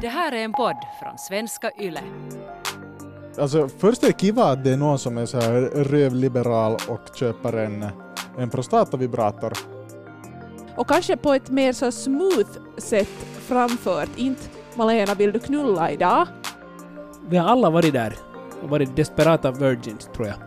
Det här är en podd från Svenska Yle. Alltså först är det kiva att det är någon som är så här rövliberal och köper en prostatavibrator. Och kanske på ett mer så smooth sätt framfört. Inte Malena, vill du knulla idag? Vi har alla varit där och varit desperata virgins, tror jag.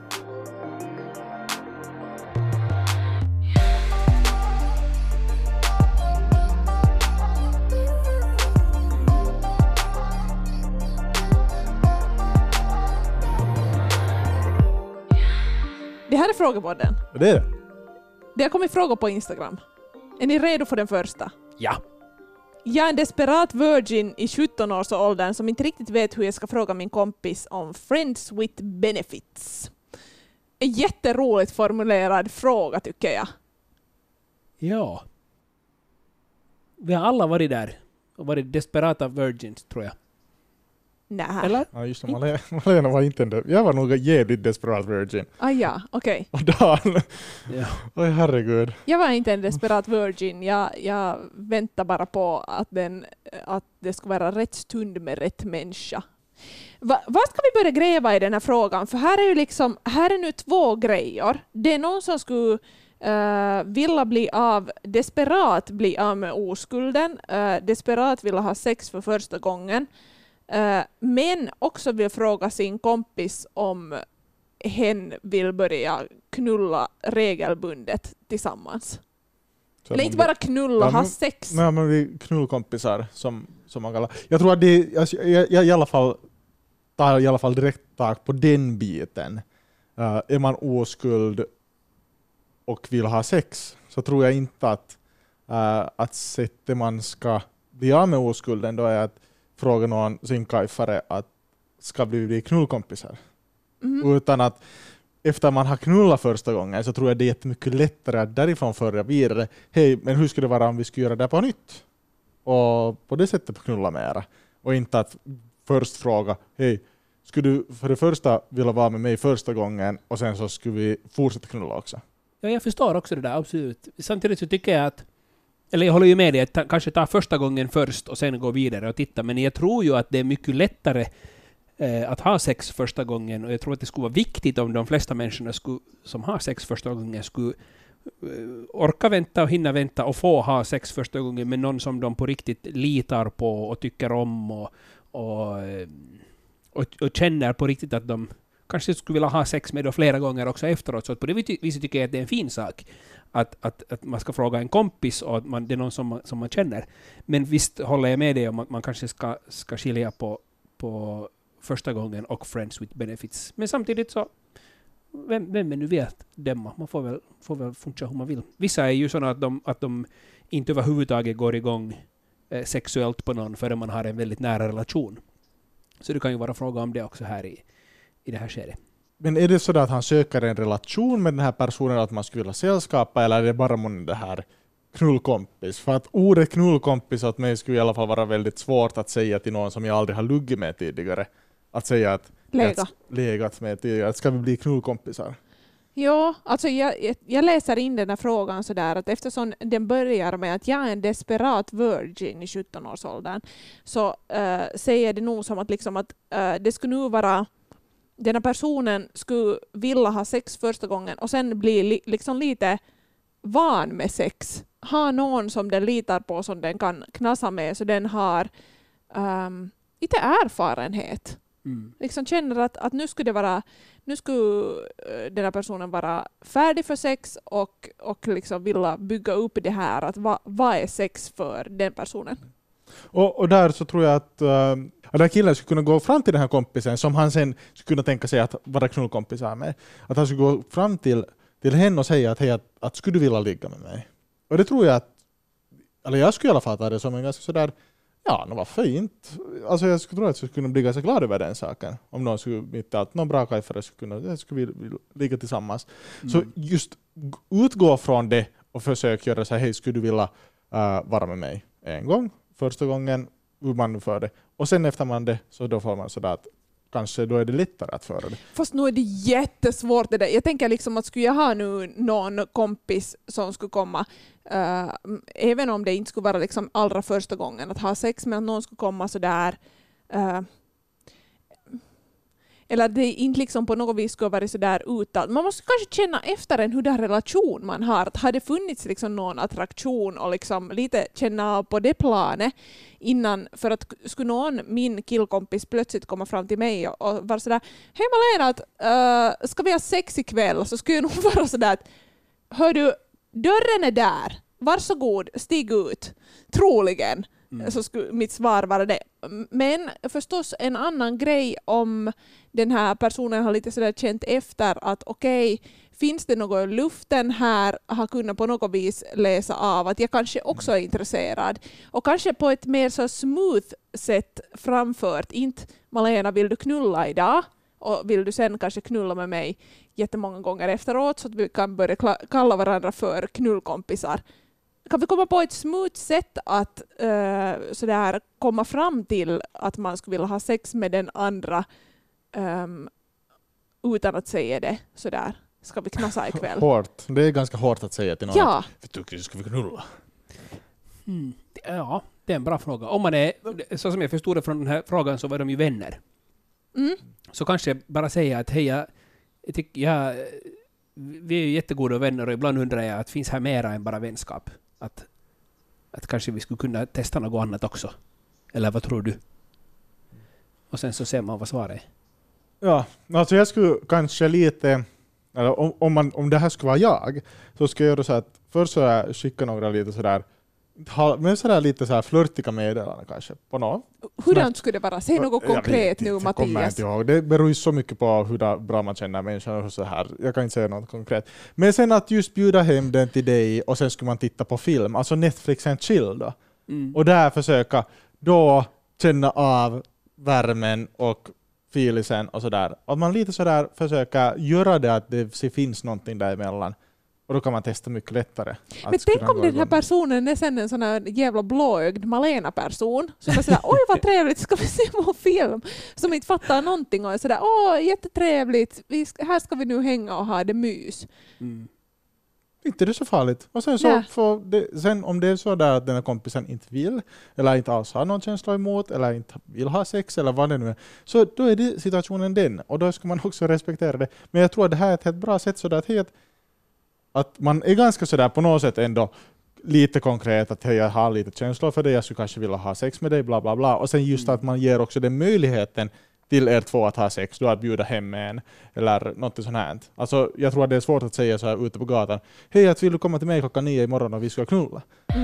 Det här är frågepodden. Det är det. Det har kommit frågor på Instagram. Är ni redo för den första? Ja. Jag är en desperat virgin i 17-årsåldern som inte riktigt vet hur jag ska fråga min kompis om Friends with Benefits. En jätteroligt formulerad fråga, tycker jag. Ja. Vi har alla varit där och varit desperata virgins, tror jag. Nej. Eller? Ja, just det. Malena var inte en jag var nog jävligt desperat virgin. Ah ja, okej. Och Dan. Ja. Oj, herregud. Jag var inte en desperat virgin. Jag väntar bara på att det ska vara rätt stund med rätt människa. Vad ska vi börja gräva i den här frågan? För här är nu två grejer. Det är någon som skulle vilja desperat bli av med oskulden. Desperat vilja ha sex för första gången. Men också vill fråga sin kompis om hen vill börja knulla regelbundet tillsammans. Så eller inte bara knulla, ha sex. Men vi är knullkompisar som man kallar. Jag tror att jag i alla fall tar direkt tag på den biten. Är man oskuld och vill ha sex, så tror jag inte att sättet man ska bli av med oskulden då är att fråga någon sin kajfare att ska vi bli knullkompisar. Utan att efter man har knullat första gången så tror jag det är jättemycket lättare att därifrån föra vidare. Hej, men hur skulle det vara om vi skulle göra det på nytt? Och på det sättet knulla mera. Och inte att först fråga, hej, skulle du för det första vilja vara med mig första gången och sen så skulle vi fortsätta knulla också. Ja, jag förstår också det där, absolut. Samtidigt så tycker jag eller jag håller ju med dig att kanske ta första gången först och sen gå vidare och titta. Men jag tror ju att det är mycket lättare att ha sex första gången. Och jag tror att det skulle vara viktigt om de flesta människorna som har sex första gången skulle orka vänta och hinna vänta och få ha sex första gången med någon som de på riktigt litar på och tycker om och känner på riktigt att de kanske skulle vilja ha sex med då flera gånger också efteråt. Så på det viset tycker jag att det är en fin sak att man ska fråga en kompis och att det är någon som man känner. Men visst håller jag med dig om att man kanske ska skilja på första gången och Friends with Benefits. Men samtidigt så vem är nu vet döma? Man får väl funka hur man vill. Vissa är ju sådana att de inte överhuvudtaget går igång sexuellt på någon förrän man har en väldigt nära relation. Så det kan ju vara fråga om det också här i det här skedet. Men är det så att han söker en relation med den här personen att man skulle vilja sällskapa, eller är det bara det här knullkompis? För att ordet knullkompis åt mig skulle i alla fall vara väldigt svårt att säga till någon som jag aldrig har luggit med tidigare. Att säga att legat med tidigare. Att ska vi bli knullkompisar? Ja, alltså jag läser in den här frågan så där att eftersom den börjar med att jag är en desperat virgin i 17-årsåldern så säger det nog som att, liksom att det skulle nu vara den här personen skulle vilja ha sex första gången och sen bli liksom lite van med sex. Ha någon som den litar på som den kan knassa med så den har lite erfarenhet. Liksom känner att nu skulle den här personen vara färdig för sex och liksom vilja bygga upp det här att vad är sex för den personen. Och där så tror jag att den här killen skulle kunna gå fram till den här kompisen som han sen skulle kunna tänka sig att vara knullkompisar med. Att han skulle gå fram till henne och säga att hej, att skulle du vilja ligga med mig? Och det tror jag eller jag skulle i alla fall ta det som en ganska sådär, ja, det var fint. Alltså jag skulle tro att jag skulle kunna bli ganska glad över den saken. Om någon skulle mitt att någon bra kajfare skulle vi ligga tillsammans. Så just utgå från det och försök göra så här, hej, skulle du vilja vara med mig en gång? Första gången, hur man för det. Och sen efter man det, så då får man sådär att kanske då är det lättare att föra det. Fast nu är det jättesvårt det där. Jag tänker liksom att skulle jag ha nu någon kompis som skulle komma även om det inte skulle vara liksom allra första gången att ha sex, men att någon skulle komma så där eller det inte liksom på något vis skulle vara så där utåt. Man måste kanske känna efter hur den relation man har. Att har det funnits liksom någon attraktion och liksom lite känna på det planet innan, för att skulle någon, min killkompis, plötsligt komma fram till mig och vara sådär, hej Malena, att, ska vi ha sex ikväll? Så skulle jag nog vara sådär att, hör du, dörren är där, varsågod, stig ut, troligen. Så skulle mitt svar vara det. Men förstås en annan grej om den här personen har lite sådär känt efter att okej, finns det något i luften här, har kunnat på något vis läsa av att jag kanske också är intresserad. Och kanske på ett mer så smooth sätt framfört. Inte Malena, vill du knulla idag? Och vill du sen kanske knulla med mig jättemånga gånger efteråt så att vi kan börja kalla varandra för knullkompisar. Kan vi komma på ett smooth sätt att sådär komma fram till att man skulle vilja ha sex med den andra utan att säga det sådär? Ska vi knassa ikväll? Hårt. Det är ganska hårt att säga till någon. Ja. Att, tycker ska vi knulla? Ja, det är en bra fråga. Om man är, så som jag förstod det från den här frågan, så var de ju vänner. Så kanske bara säga att hej, vi är ju jättegoda vänner och ibland undrar jag att finns här mera än bara vänskap. Att kanske vi skulle kunna testa något annat också. Eller vad tror du? Och sen så ser man vad svaret är. Ja, alltså jag skulle kanske lite, eller om det här skulle vara jag, så skulle jag göra så att först så jag skicka några lite sådär, men sådär lite sådär flörtiga meddelanden kanske på något. Hurdant skulle det vara? Säg något konkret nu, Mattias. Det beror ju så mycket på hur bra man känner människan och så här. Jag kan inte säga något konkret. Men sen att just bjuda hem den till dig och sen skulle man titta på film, alltså Netflix and chill då. Och där försöka då känna av värmen och filisen och sådär. Att man lite sådär försöker göra det att det finns någonting däremellan. Och då kan man testa mycket lättare. Men tänk om den här personen är sen en sån här jävla blåögd Malena-person som är sådär, oj vad trevligt, ska vi se vår film? Som inte fattar någonting och är sådär, jättetrevligt, här ska vi nu hänga och ha det mys. Inte det så farligt. Och sen, sen om det är så där att den här kompisen inte vill, eller inte alls har någon känsla emot, eller inte vill ha sex, eller vad det nu är, så då är det situationen den. Och då ska man också respektera det. Men jag tror att det här är ett helt bra sätt så där att man är ganska sådär på något sätt ändå lite konkret att jag har lite känslor för dig, jag skulle kanske vilja ha sex med dig, bla bla bla. Och sen just att man ger också den möjligheten till er två att ha sex, då att bjuda hem en eller något sånt här. Alltså jag tror att det är svårt att säga så här ute på gatan, hej, att vill du komma till mig 9:00 imorgon och vi ska knulla.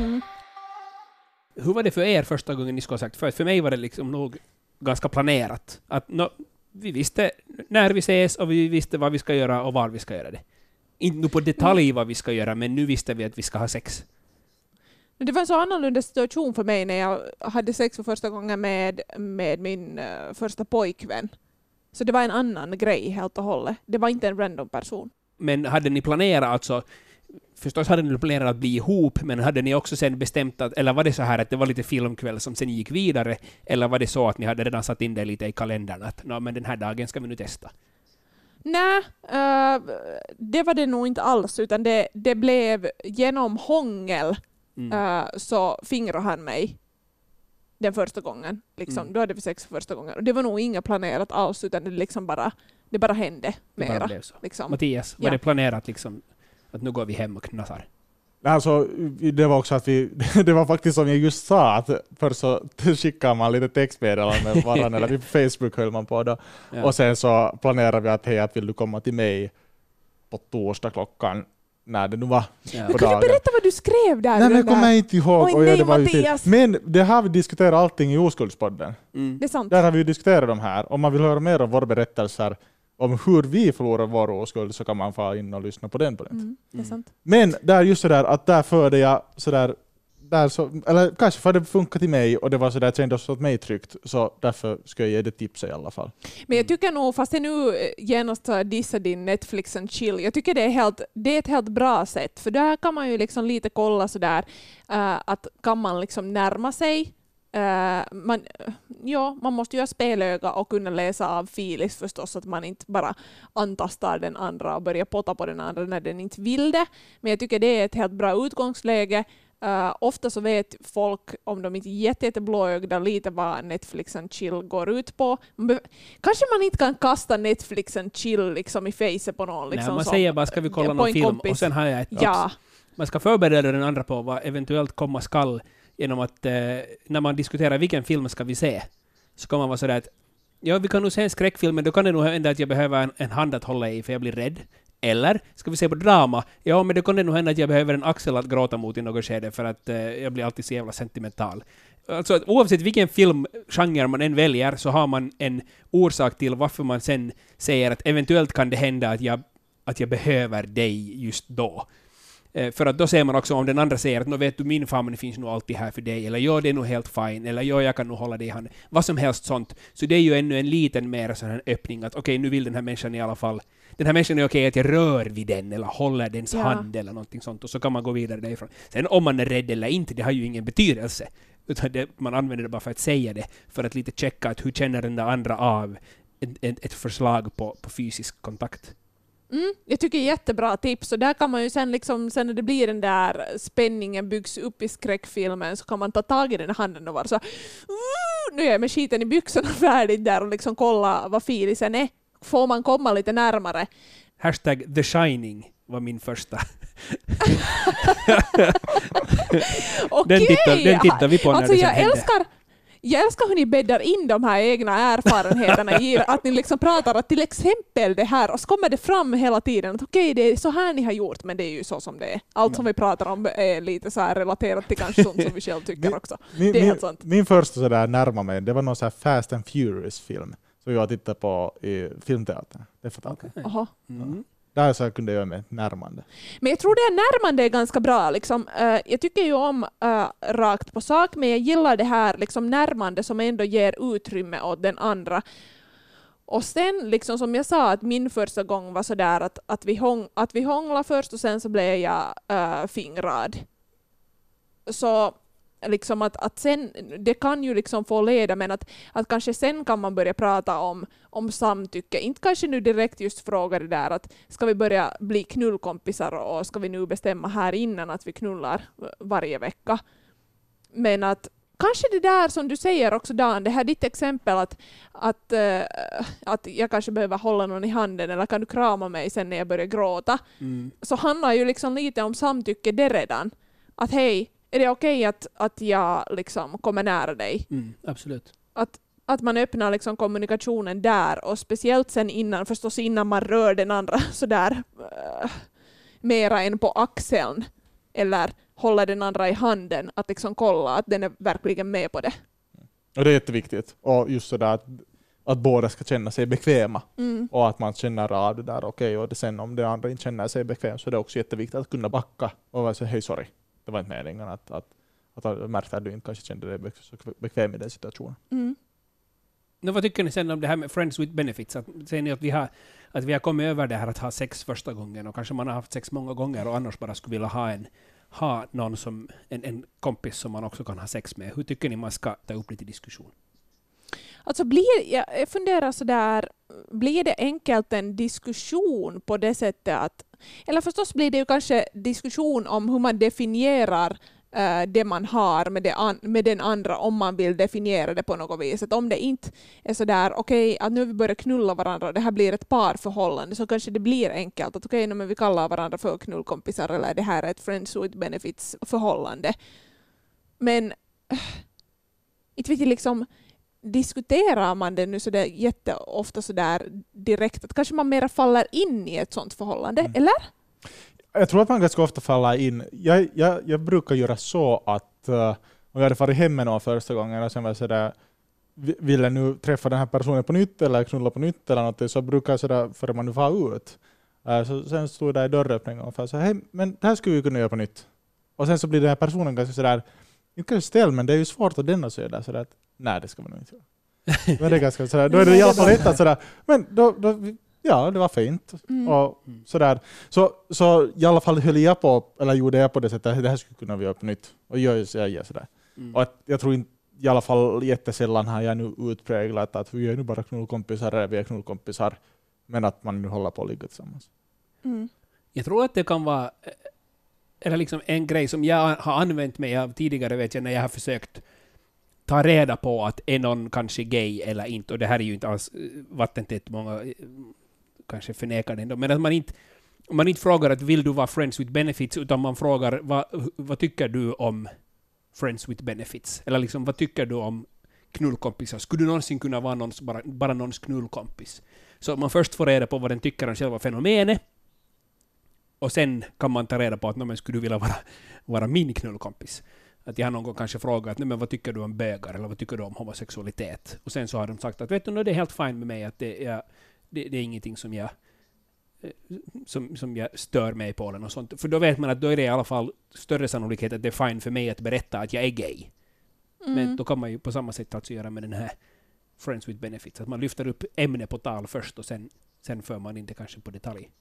Hur var det för er första gången ni skulle ha sagt? För mig var det liksom nog ganska planerat. Att vi visste när vi ses och vi visste vad vi ska göra och var vi ska göra det. Inte på detalj vad vi ska göra, men nu visste vi att vi ska ha sex. Det var en så annorlunda situation för mig när jag hade sex för första gången med min första pojkvän. Så det var en annan grej helt och hållet. Det var inte en random person. Men hade ni planerat, alltså, förstås hade ni planerat att bli ihop, men hade ni också sen bestämt att, eller var det så här att det var lite filmkväll som sen gick vidare, eller var det så att ni hade redan satt in det lite i kalendern att men den här dagen ska vi nu testa? Nej, det var det nog inte alls, utan det blev genom hångel så fingrade han mig den första gången. Liksom. Då hade vi sex första gången. Och det var nog inga planerat alls, utan det liksom bara hände mera. Liksom. Mattias, var det planerat liksom att nu går vi hem och knassar? Alltså, det var också att det var faktiskt som jag just sa, att först så skickar man lite textmeddelanden med varandra, eller på Facebook höll man på då. Ja. Och sen så planerar vi att hej, att vill du komma till mig på torsdag klockan, när det nu var på dagen. Kan du berätta vad du skrev där? Nej, men kommer jag inte ihåg. Oj, nej, Mattias. Men det har vi diskuterat allting i Oskuldspodden. Det är sant. Där har vi diskuterat de här. Om man vill höra mer om våra berättelser om hur vi förlorar vår oskuld, så kan man få in och lyssna på den. Det är sant. Men där just sådär att där förde jag sådär, eller kanske för det funkar till mig och det var sådär, kändes åt mig tryggt, så därför ska jag ge det tipset i alla fall. Men jag tycker nog, fast jag nu genast dissar din Netflix and chill, jag tycker det är ett helt bra sätt, för där kan man ju liksom lite kolla sådär att kan man liksom närma sig man måste ju ha spelöga och kunna läsa av filis förstås, att man inte bara antastar den andra och börjar potta på den andra när den inte vill det. Men jag tycker det är ett helt bra utgångsläge. Ofta så vet folk, om de inte är jätteblåögda, lite vad Netflix and chill går ut på. Kanske man inte kan kasta Netflix and chill liksom i face på någon. Liksom, nej, man säger bara, ska vi kolla någon film kompis. Och sen har jag ett ja. Man ska förbereda den andra på vad eventuellt komma skall genom att när man diskuterar vilken film ska vi se, så kan man vara sådär att ja, vi kan nog se en skräckfilm, men då kan det nog hända att jag behöver en hand att hålla i för jag blir rädd. Eller ska vi se på drama? Ja, men det kan det nog hända att jag behöver en axel att gråta mot i något skede för att jag blir alltid så jävla sentimental. Alltså oavsett vilken filmgenre man än väljer så har man en orsak till varför man sen säger att eventuellt kan det hända att jag behöver dig just då. För att då ser man också om den andra säger att nu vet du, min famn finns nog alltid här för dig, eller ja, det är nog helt fine, eller ja, jag kan nog hålla dig i handen. Vad som helst sånt. Så det är ju ännu en liten mer sån här öppning att okej, nu vill den här människan i alla fall, den här människan är okej att jag rör vid den eller håller dens hand eller någonting sånt, och så kan man gå vidare därifrån. Sen om man är rädd eller inte, det har ju ingen betydelse. Utan man använder det bara för att säga det, för att lite checka att hur känner den där andra av ett förslag på fysisk kontakt. Jag tycker det är jättebra tips, och där kan man ju sen när det blir den där spänningen byggs upp i skräckfilmen, så kan man ta tag i den handen och vara så nu är jag med skiten i byxorna färdigt där och liksom kolla vad filisen är. Får man komma lite närmare. #The Shining var min första. Den tittar vi på när alltså, det händer. Jag älskar hur ni bäddar in de här egna erfarenheterna i att ni liksom pratar att till exempel det här, och så kommer det fram hela tiden att okej, det är så här ni har gjort, men det är ju så som det är. Allt som vi pratar om är lite så här relaterat till kanske sånt som vi själv tycker också. Det är helt sant. Min första så där närma mig, det var någon så här Fast and Furious-film som jag tittade på i filmteatern. Det är fatalt. Aha. Där så kunde jag göra med närmande. Men jag tror det närmande är ganska bra. Liksom. Jag tycker ju om rakt på sak, men jag gillar det här liksom, närmande som ändå ger utrymme åt den andra. Och sen, liksom, som jag sa, att min första gång var sådär att vi hånglade först och sen så blev jag fingrad. Så liksom att sen, det kan ju liksom få leda, men att kanske sen kan man börja prata om samtycke. Inte kanske nu direkt just fråga det där att ska vi börja bli knullkompisar och ska vi nu bestämma här innan att vi knullar varje vecka. Men att kanske det där som du säger också, Dan, det här ditt exempel att jag kanske behöver hålla någon i handen eller kan du krama mig sen när jag börjar gråta. Så handlar ju liksom lite om samtycke det redan. Att hej, är det okej att jag liksom kommer nära dig? Absolut. Att man öppnar liksom kommunikationen där, och speciellt sen innan man rör den andra sådär mera än på axeln eller håller den andra i handen, att liksom kolla att den är verkligen med på det. Och det är jätteviktigt. Och just sådär att båda ska känna sig bekväma. Och att man känner av det där okej, och det sen om den andra inte känner sig bekväm, så är det också jätteviktigt att kunna backa och vara så hej, sorry. Det var inte meningen att märkte att du inte kanske kände dig så bekväm i den situationen. Vad tycker ni sen om det här med friends with benefits? Säger ni att vi har kommit över det här att ha sex första gången, och kanske man har haft sex många gånger och annars bara skulle vilja ha någon som en kompis som man också kan ha sex med. Hur tycker ni man ska ta upp lite diskussion? Alltså jag funderar sådär, blir det enkelt en diskussion på det sättet att, eller förstås blir det ju kanske diskussion om hur man definierar det man har med den andra, om man vill definiera det på något vis. Att om det inte är sådär okej, att nu vi börjar knulla varandra och det här blir ett parförhållande, så kanske det blir enkelt att okej, men vi kallar varandra för knullkompisar, eller det här är ett friends with benefits förhållande. Men inte vet jag liksom, diskuterar man det nu så det jätteofta så där direkt att kanske man mer faller in i ett sånt förhållande, eller? Jag tror att man ganska ofta faller in. Jag brukar göra så att om jag hade farit hem med någon första gången och sen var så där, ville nu träffa den här personen på nytt eller knulla på nytt eller något, så brukar jag sådär, för man nu var ut. Så sen stod jag där i dörröppningen och sa hej, men det här skulle vi kunna göra på nytt. Och sen så blir den här personen ganska sådär, inte kanske ställ, men det är ju svårt att denna säga där sådär att nej, det ska man nog inte göra. Då är det ganska sådär, då är det i alla fall lätt att sådär, men då ja, det var fint. Och sådär. Så i alla fall höll jag på, eller gjorde jag på det sättet att det här skulle kunna vi göra på nytt. Och jag sådär. Och att jag tror inte, i alla fall jättesällan har jag nu utpräglat att vi är nu bara knullkompisar eller vi är knullkompisar, men att man nu håller på att ligga tillsammans. Jag tror att det kan vara eller liksom en grej som jag har använt mig av tidigare, vet jag, när jag har försökt ta reda på att är någon kanske gay eller inte, och det här är ju inte alls vattentätt, många kanske förnekar det ändå, men att man inte frågar att vill du vara friends with benefits, utan man frågar vad tycker du om friends with benefits? Eller liksom, vad tycker du om knullkompisar? Skulle du någonsin kunna vara bara någons knullkompis? Så man först får reda på vad den tycker om själva fenomenet, och sen kan man ta reda på att men skulle du vilja vara min knullkompis? Att jag har någon gång kanske frågat, men vad tycker du om bögar? Eller vad tycker du om homosexualitet? Och sen så har de sagt att vet du, det är helt fine med mig, att det är ingenting som jag stör mig på eller något sånt. För då vet man att då är det i alla fall större sannolikhet att det är fine för mig att berätta att jag är gay. Men då kan man ju på samma sätt alltså göra med den här Friends with Benefits. Att man lyfter upp ämne på tal först och sen för man inte kanske på detalj.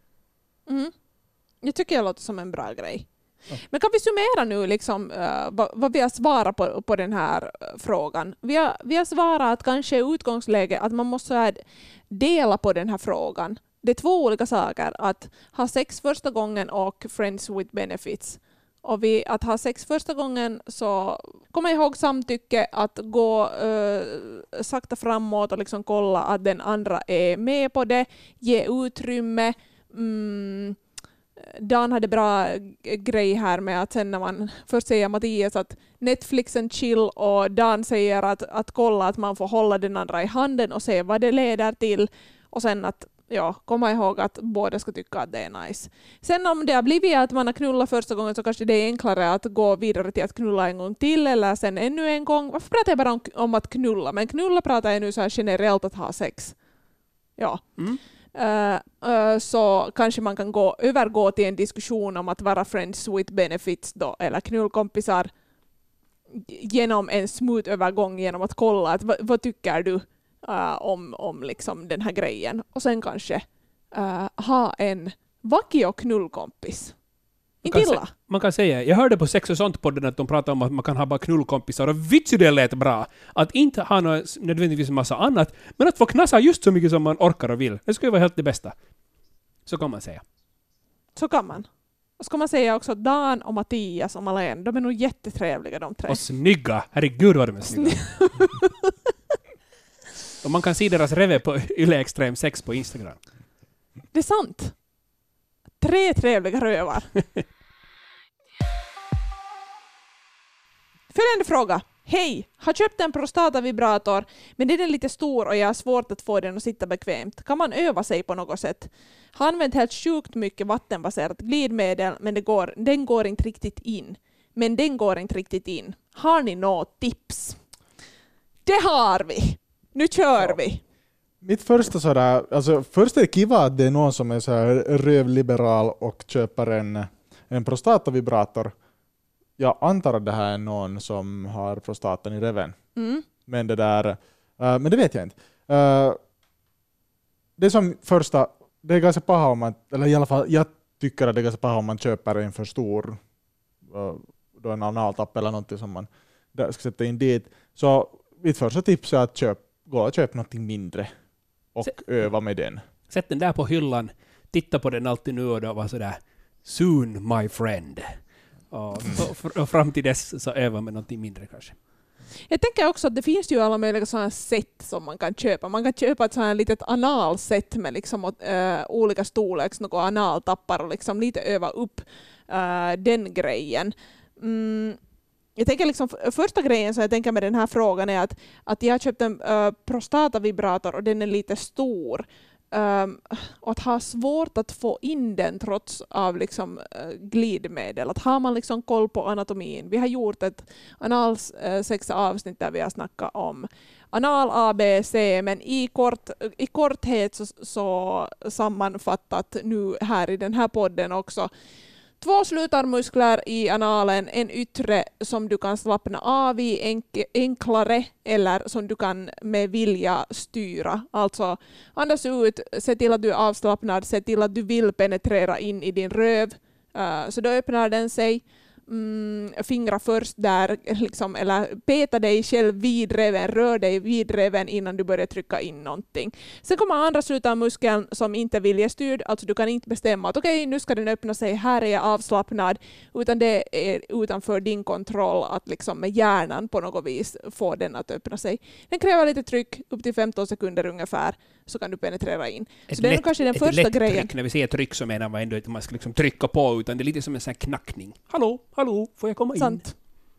Jag tycker det låter som en bra grej. Ja. Men kan vi summera nu liksom, vad vi har svarat på den här frågan? Vi har svarat att kanske utgångsläge att man måste dela på den här frågan. Det är två olika saker. Att ha sex första gången och friends with benefits. Och att ha sex första gången så komma ihåg samtycke, att gå sakta framåt och liksom kolla att den andra är med på det. Ge utrymme. Dan hade bra grej här med att sen när man först säger Mattias att Netflix and chill, och Dan säger att kolla att man får hålla den andra i handen och se vad det leder till, och sen att komma ihåg att båda ska tycka att det är nice. Sen om det har blivit att man har knullat första gången så kanske det är enklare att gå vidare till att knulla en gång till eller sen ännu en gång. Varför pratar jag bara om att knulla? Men knulla pratar jag nu så här generellt att ha sex. Ja. Så kanske man kan övergå till en diskussion om att vara friends with benefits då, eller knullkompisar genom en smooth övergång genom att kolla att vad tycker du om liksom den här grejen, och sen kanske ha en vakio knullkompis. Man kan säga, jag hörde på Sex och sånt-podden att de pratade om att man kan ha bara knullkompisar, och vitsi det lät bra. Att inte ha nödvändigtvis en massa annat, men att få knassa just så mycket som man orkar och vill. Det skulle vara helt det bästa. Så kan man säga. Så kan man. Och så kan man säga också Dan och Mattias och Malene, de är nog jättetrevliga de tre. Och snygga! Herregud vad de är snygga. Och man kan se deras reve på Yle Extrem 6 på Instagram. Det är sant. 3 trevliga rövar. Följande fråga. Hej, har köpt en prostatavibrator, men den är lite stor och jag har svårt att få den att sitta bekvämt. Kan man öva sig på något sätt? Har använt helt sjukt mycket vattenbaserat glidmedel, men den går inte riktigt in. Har ni något tips? Det har vi! Nu kör vi! Mitt första sådär, alltså först är det kiva att det är någon som är så här rövliberal och köper en prostatavibrator. Jag antar att det här är någon som har prostatan i reven. Men men det vet jag inte. Det som första, det är ganska paha om man, eller i alla fall jag tycker att det är ganska paha om man köper en för stor då en analtapp eller någonting som man ska sätta in dit. Så mitt första tips är att gå och köpa någonting mindre och öva med den. Sätt den där på hyllan, titta på den alltid nu och då var sådär soon my friend. Och fram till dess så öva med någonting mindre kanske. Jag tänker också att det finns ju alla möjliga sådana sätt som man kan köpa. Man kan köpa ett sådant här litet analsätt med liksom, olika storleks, några analtappar och liksom lite öva upp den grejen. Jag tänker liksom, första grejen som jag tänker med den här frågan är att jag har köpt en prostatavibrator och den är lite stor. Och att ha svårt att få in den trots av liksom, glidmedel. Att har man liksom koll på anatomin. Vi har gjort ett analsexavsnitt där vi har snackat om anal ABC, men i korthet så sammanfattat nu här i den här podden också. 2 slutarmuskler i analen, en yttre som du kan slappna av i enklare eller som du kan med vilja styra. Alltså andas ut, se till att du är avslappnad, se till att du vill penetrera in i din röv. Så då öppnar den sig. fingrar först där, liksom, eller peta dig själv vid reven, rör dig vid reven innan du börjar trycka in någonting. Sen kommer andra slutet av muskeln som inte är viljestyrd, alltså du kan inte bestämma att okej, nu ska den öppna sig, här är jag avslappnad, utan det är utanför din kontroll att liksom med hjärnan på något vis få den att öppna sig. Den kräver lite tryck, upp till 15 sekunder ungefär, så kan du penetrera in. Så det är kanske den första grejen. Tryck, när vi säger tryck så menar man ändå inte att man ska liksom trycka på, utan det är lite som en sån här knackning. Hallå, får jag komma in? Sant.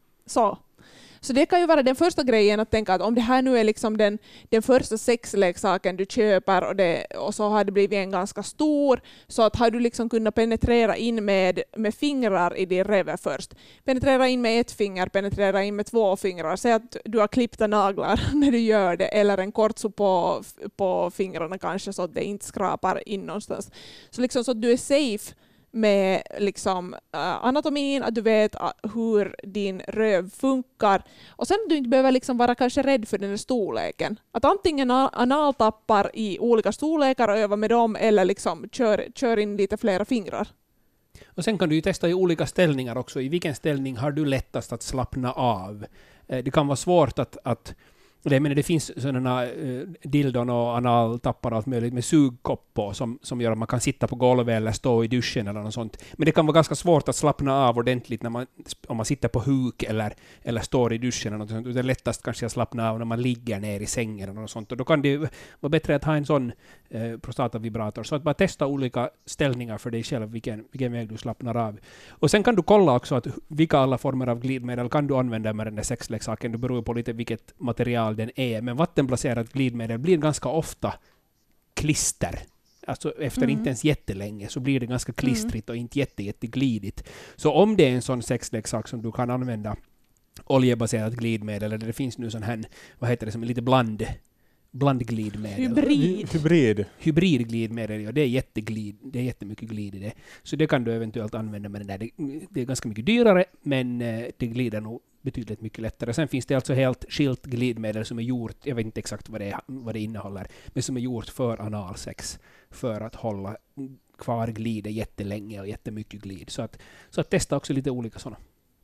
Så det kan ju vara den första grejen att tänka att om det här nu är liksom den första sexleksaken du köper och så har det blivit en ganska stor, så att har du liksom kunnat penetrera in med fingrar i din reve först. Penetrera in med ett finger, penetrera in med 2 fingrar. Säg att du har klippta naglar när du gör det, eller en kortso på fingrarna kanske så att det inte skrapar in någonstans. Så liksom så att du är safe med liksom, anatomin, att du vet hur din röv funkar. Och sen att du inte behöver liksom vara kanske rädd för den här storleken. Att antingen analtappar i olika storlekar och öva med dem, eller liksom kör in lite flera fingrar. Och sen kan du ju testa i olika ställningar också. I vilken ställning har du lättast att slappna av? Det kan vara svårt att det finns sådana dildon och analtappar och allt möjligt med sugkopp på som gör att man kan sitta på golvet eller stå i duschen eller något sånt. Men det kan vara ganska svårt att slappna av ordentligt om man sitter på huk eller står i duschen eller något sånt. Det är lättast kanske att slappna av när man ligger ner i sängen eller något sånt. Och då kan det vara bättre att ha en sån prostatavibrator. Så att bara testa olika ställningar för dig själv, vilken väg du slappnar av. Och sen kan du kolla också att vilka alla former av glidmedel kan du använda med den där sexleksaken. Det beror på lite vilket material den är. Men vattenbaserat glidmedel blir ganska ofta klister. Alltså efter inte ens jättelänge så blir det ganska klistrigt och inte jätteglidigt. Så om det är en sån sexleksak som du kan använda oljebaserat glidmedel, eller det finns nu sån här, vad heter det, som är lite blandglidmedel. Hybridglidmedel, ja, det är jättemycket glid i det. Så det kan du eventuellt använda med den där. Det är ganska mycket dyrare, men det glider nog betydligt mycket lättare. Sen finns det alltså helt skilt glidmedel som är gjort, jag vet inte exakt vad det innehåller, men som är gjort för analsex, för att hålla kvar glider jättelänge och jättemycket glid. Så att testa också lite olika sådana.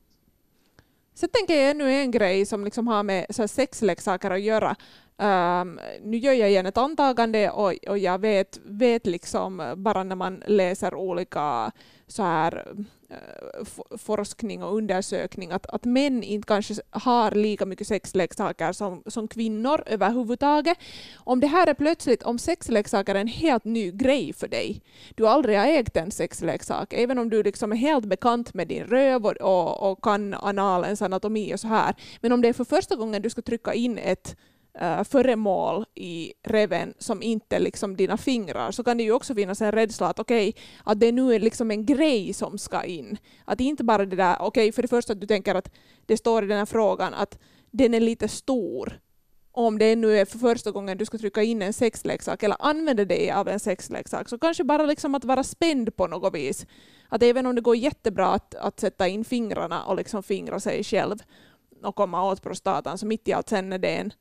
Så tänker jag ännu en grej som liksom har med så här sexleksaker att göra. Nu gör jag igen ett antagande och jag vet liksom bara när man läser olika så här forskning och undersökning att män inte kanske har lika mycket sexleksaker som kvinnor överhuvudtaget. Om det här är plötsligt, om sexleksaker är en helt ny grej för dig, du aldrig har ägt en sexleksak, även om du liksom är helt bekant med din röv och kan analens anatomi och så här, men om det är för första gången du ska trycka in ett föremål i reven som inte liksom dina fingrar, så kan det ju också finnas en rädsla att att det nu är liksom en grej som ska in. Att inte bara det där, för det första att du tänker att det står i den här frågan att den är lite stor. Om det nu är för första gången du ska trycka in en sexleksak eller använda dig av en sexleksak, så kanske bara liksom att vara spänd på något vis. Att även om det går jättebra att sätta in fingrarna och liksom fingra sig själv och komma åt prostatan, så mitt i allt sen är det en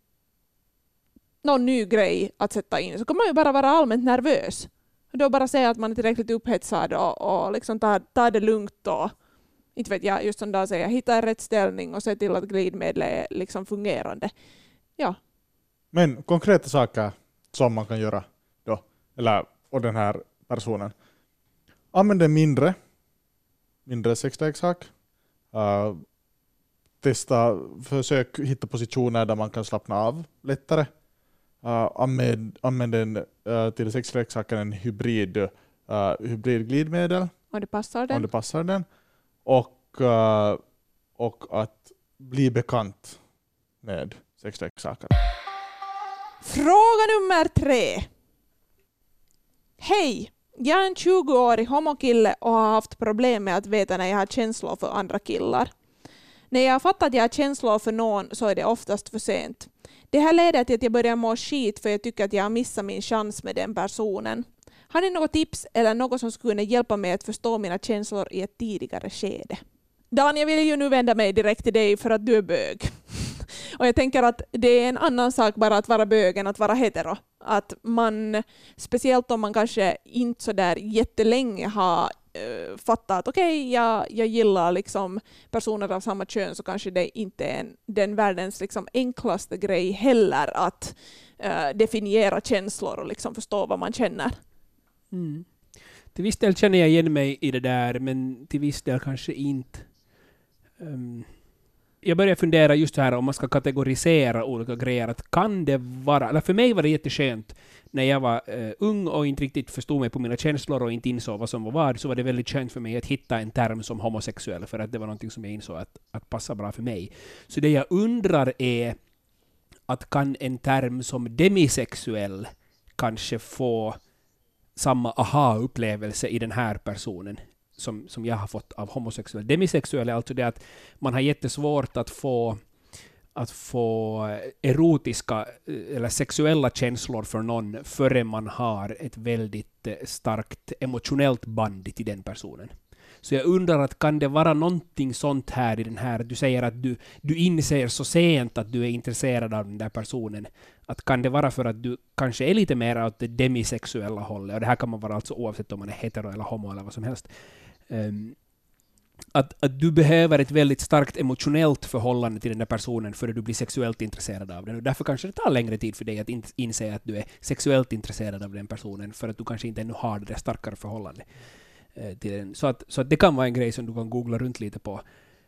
någon ny grej att sätta in, så kan man ju bara vara allmänt nervös. Då bara säga att man är tillräckligt upphetsad och liksom ta det lugnt och inte vet jag, just som då säger, hitta en rätt ställning och se till att glidmedel är liksom fungerande. Ja. Men konkreta saker som man kan göra då, och den här personen. Använd en mindre sexleksak. Försök hitta positioner där man kan slappna av lättare. Använd den till sexleksaken en hybridglidmedel. Om det passar den. Och att bli bekant med sexleksaker. Fråga nummer 3. Hej! Jag är en 20-årig homokille och har haft problem med att veta när jag har känslor för andra killar. När jag har fattat att jag har känslor för någon så är det oftast för sent. Det här leder till att jag börjar må skit för jag tycker att jag har missat min chans med den personen. Har ni något tips eller något som skulle kunna hjälpa mig att förstå mina känslor i ett tidigare skede? Dan, jag vill ju nu vända mig direkt till dig för att du är bög. Och jag tänker att det är en annan sak bara att vara bög än att vara hetero. Att man, speciellt om man kanske inte så där jättelänge har fatta att okej, jag gillar liksom personer av samma kön, så kanske det inte är den världens liksom enklaste grej heller att definiera känslor och liksom förstå vad man känner. Mm. Till viss del känner jag igen mig i det där, men till viss del kanske inte. Jag börjar fundera just här om man ska kategorisera olika grejer. Att kan det vara, eller för mig var det jätteskönt när jag var ung och inte riktigt förstod mig på mina känslor och inte insåg vad som var vad, så var det väldigt skönt för mig att hitta en term som homosexuell, för att det var någonting som jag insåg att passa bra för mig. Så det jag undrar är att kan en term som demisexuell kanske få samma aha-upplevelse i den här personen som jag har fått av homosexuell. Demisexuell är alltså det att man har jättesvårt att få erotiska eller sexuella känslor för någon förrän man har ett väldigt starkt emotionellt band till den personen. Så jag undrar att kan det vara någonting sånt här i den här, du säger att du inser så sent att du är intresserad av den där personen, att kan det vara för att du kanske är lite mer åt det demisexuella hållet, och det här kan man vara alltså oavsett om man är hetero eller homo eller vad som helst, att du behöver ett väldigt starkt emotionellt förhållande till den där personen för att du blir sexuellt intresserad av den, och därför kanske det tar längre tid för dig att inse att du är sexuellt intresserad av den personen, för att du kanske inte ännu har det där starkare förhållandet till den. Så att det kan vara en grej som du kan googla runt lite på.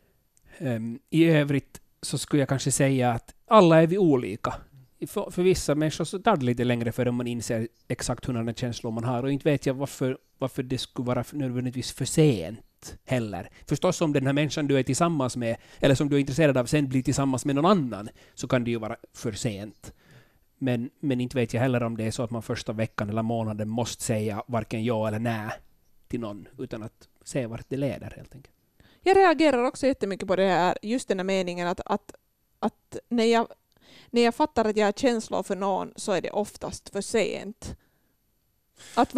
I övrigt så skulle jag kanske säga att alla är vi olika. För vissa människor så tar det lite längre förrän man inser exakt hur känslor man har, och inte vet jag varför det skulle vara nödvändigtvis för sent heller. Förstås om den här människan du är tillsammans med, eller som du är intresserad av, sen blir tillsammans med någon annan, så kan det ju vara för sent. Men inte vet jag heller om det är så att man första veckan eller månaden måste säga varken ja eller nej till någon, utan att se vart det leder helt enkelt. Jag reagerar också jättemycket på det här, just den här meningen att när jag fattar att jag har känslor för någon, så är det oftast för sent. Att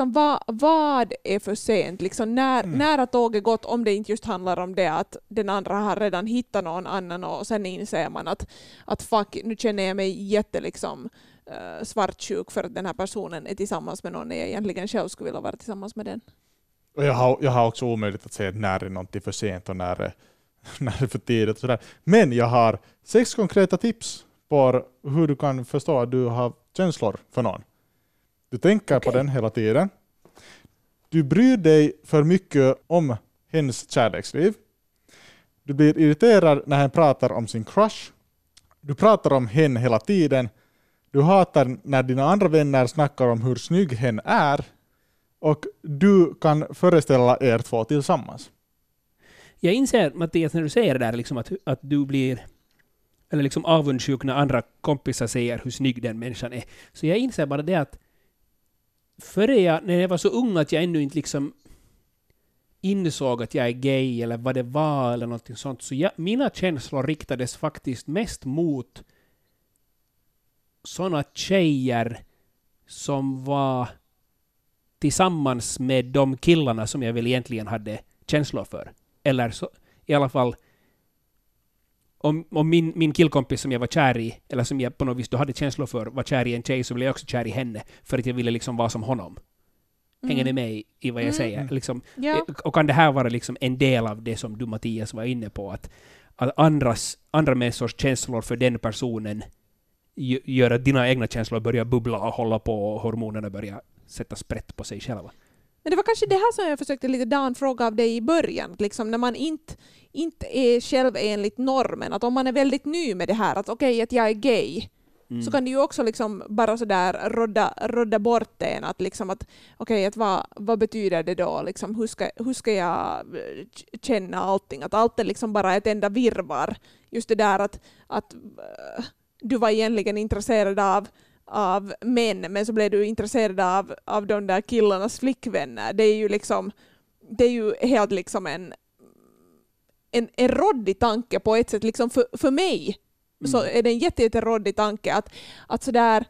vad är för sent? Liksom när har tåget gått, om det inte just handlar om det att den andra har redan hittat någon annan, och sen inser man att fuck, nu känner jag mig svartsjuk för att den här personen är tillsammans med någon när jag egentligen själv skulle vilja vara tillsammans med den. Och jag har också omöjligt att säga när är någonting för sent och när det är för tidigt. Och sådär. Men jag har 6 konkreta tips på hur du kan förstå att du har känslor för någon. Du tänker på den hela tiden. Du bryr dig för mycket om hennes kärleksliv. Du blir irriterad när han pratar om sin crush. Du pratar om henne hela tiden. Du hatar när dina andra vänner snackar om hur snygg hen är. Och du kan föreställa er 2 tillsammans. Jag inser, Mattias, när du säger det där liksom att du blir eller liksom avundsjuk när andra kompisar säger hur snygg den människan är. Så jag inser bara det att när jag var så ung att jag ännu inte liksom insåg att jag är gay eller vad det var eller någonting sånt, så mina känslor riktades faktiskt mest mot såna tjejer som var tillsammans med de killarna som jag väl egentligen hade känslor för. Eller så, i alla fall om min killkompis som jag var kär i, eller som jag på något vis då hade känslor för, var kär i en tjej, så blev jag också kär i henne för att jag ville liksom vara som honom. Hänger ni med i vad jag säger? Liksom, ja. Och kan det här vara liksom en del av det som du, Mattias, var inne på, att andra människors känslor för den personen gör att dina egna känslor börjar bubbla och hålla på och hormonerna börjar sätta sprätt på sig själva. Men det var kanske det här som jag försökte lite Dan fråga av dig i början. Liksom när man inte är själv enligt normen. Att om man är väldigt ny med det här, att okej, att jag är gay, så kan det ju också liksom bara sådär rodda bort det. Att liksom att okej, att vad betyder det då? Liksom, hur ska jag känna allting? Att allt är liksom bara ett enda virvar. Just det där att du var egentligen intresserad av män, men så blev du intresserad av de där killarnas flickvänner. Det är ju helt liksom en råddig tanke på ett sätt. Liksom för mig så är det en jätteråddig tanke att sådär...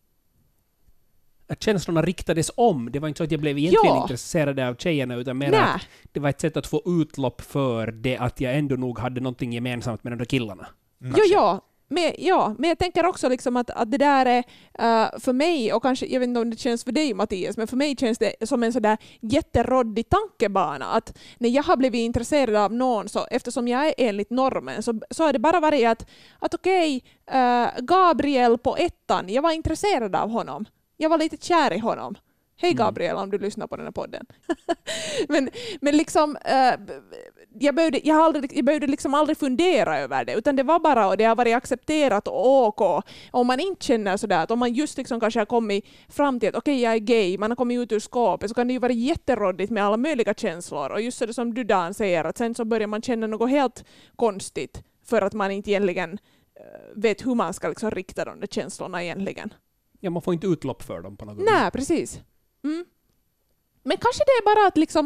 Att känslorna riktades om. Det var inte så att jag blev egentligen intresserad av tjejerna, utan mer att det var ett sätt att få utlopp för det, att jag ändå nog hade någonting gemensamt med de där killarna. Ja. men jag tänker också liksom att det där är för mig, och kanske, jag vet inte om det känns för dig Mattias, men för mig känns det som en sådär jätteroddig tankebana, att när jag har blivit intresserad av någon, så eftersom jag är enligt normen, så har det bara varit att okej, Gabriel på 1:an, jag var intresserad av honom. Jag var lite kär i honom. Hej Gabriel, om du lyssnar på den här podden. men liksom, jag behövde liksom aldrig fundera över det, utan det var bara, och det har varit accepterat och OK. Om man inte känner sådär, att om man just liksom kanske har kommit fram till att okej, jag är gay, man har kommit ut ur skåpet, så kan det ju vara jätteroddigt med alla möjliga känslor. Och just det som du Dan säger, att sen så börjar man känna något helt konstigt för att man inte egentligen vet hur man ska liksom rikta de där känslorna egentligen. Ja, man får inte utlopp för dem på något vis. Nej, precis. Mm. Men kanske det är bara att liksom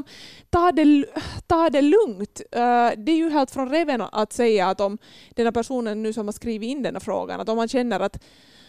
ta det lugnt. Det är ju helt från reven att säga att om den här personen nu som har skrivit in den här frågan, att om man känner att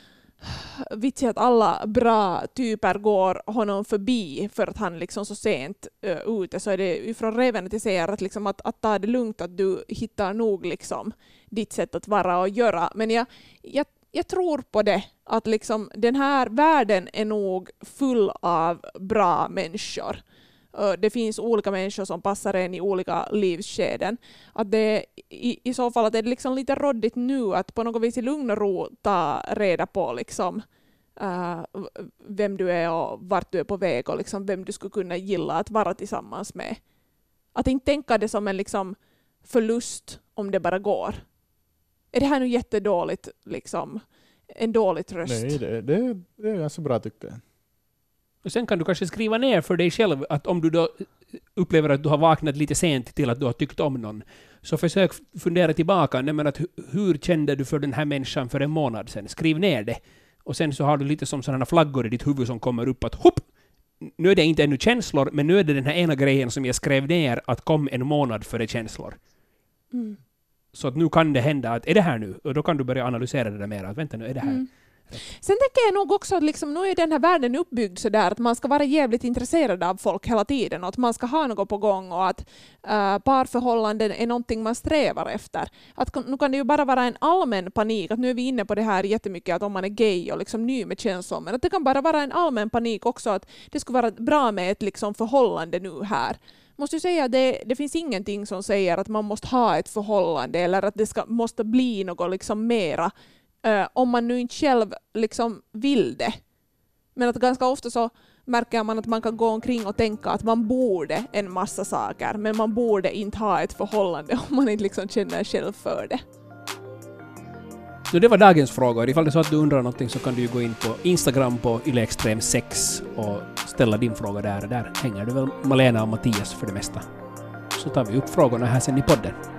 att alla bra typer går honom förbi för att han liksom så sent ute, så är det ju från reven att jag säger att, liksom att ta det lugnt, att du hittar nog liksom ditt sätt att vara och göra. Men jag tror på det, att liksom den här världen är nog full av bra människor. Det finns olika människor som passar en i olika livsskeden. Att det, i så fall att det är liksom lite roddigt nu att på något vis i lugn och ro ta reda på liksom, vem du är och vart du är på väg och liksom vem du skulle kunna gilla att vara tillsammans med. Att inte tänka det som en liksom förlust om det bara går. Är det här nu jättedåligt, liksom, en dålig tröst? Nej, det är ganska bra tycker jag. Och sen kan du kanske skriva ner för dig själv att om du då upplever att du har vaknat lite sent till att du har tyckt om någon, så försök fundera tillbaka. Att hur kände du för den här människan för en månad sedan? Skriv ner det. Och sen så har du lite som sådana flaggor i ditt huvud som kommer upp att hopp! Nu är det inte ännu känslor, men nu är det den här ena grejen som jag skrev ner att kom en månad före känslor. Mm. Så att nu kan det hända att är det här nu? Och då kan du börja analysera det där mer. Att vänta nu, är det här? Mm. Sen tänker jag nog också att liksom, nu är den här världen uppbyggd så där att man ska vara jävligt intresserad av folk hela tiden och att man ska ha något på gång och att parförhållanden är någonting man strävar efter. Att nu kan det ju bara vara en allmän panik, att nu är vi inne på det här jättemycket att om man är gay och liksom ny med känslor, men att det kan bara vara en allmän panik också att det skulle vara bra med ett liksom förhållande nu här. Måste ju säga att det finns ingenting som säger att man måste ha ett förhållande eller att det måste bli något liksom mera om man nu inte själv liksom vill det. Men att ganska ofta så märker man att man kan gå omkring och tänka att man borde en massa saker, men man borde inte ha ett förhållande om man inte liksom känner själv för det. Så det var dagens frågor. Ifall det är så att du undrar någonting så kan du ju gå in på Instagram på YleExtrem6 och ställa din fråga där. Där hänger du väl Malena och Mattias för det mesta. Så tar vi upp frågorna här sen i podden.